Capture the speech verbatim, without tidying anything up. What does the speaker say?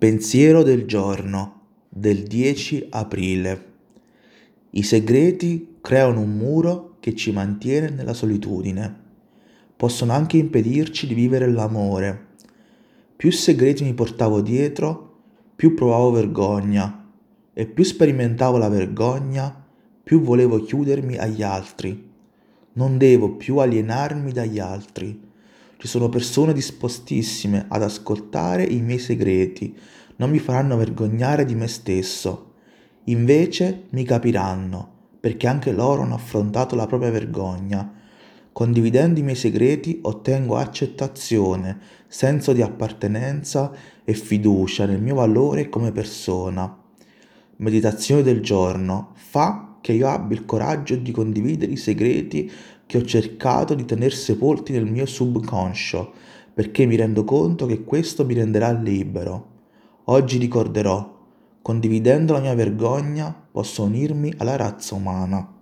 Pensiero del giorno del dieci aprile. I segreti creano un muro che ci mantiene nella solitudine. Possono anche impedirci di vivere l'amore. Più segreti mi portavo dietro, più provavo vergogna. E più sperimentavo la vergogna, più volevo chiudermi agli altri. Non devo più alienarmi dagli altri. Ci sono persone dispostissime ad ascoltare i miei segreti, non mi faranno vergognare di me stesso. Invece mi capiranno, perché anche loro hanno affrontato la propria vergogna. Condividendo i miei segreti ottengo accettazione, senso di appartenenza e fiducia nel mio valore come persona. Meditazione del giorno. Fa che io abbia il coraggio di condividere i segreti che ho cercato di tener sepolti nel mio subconscio, perché mi rendo conto che questo mi renderà libero. Oggi ricorderò, condividendo la mia vergogna, posso unirmi alla razza umana.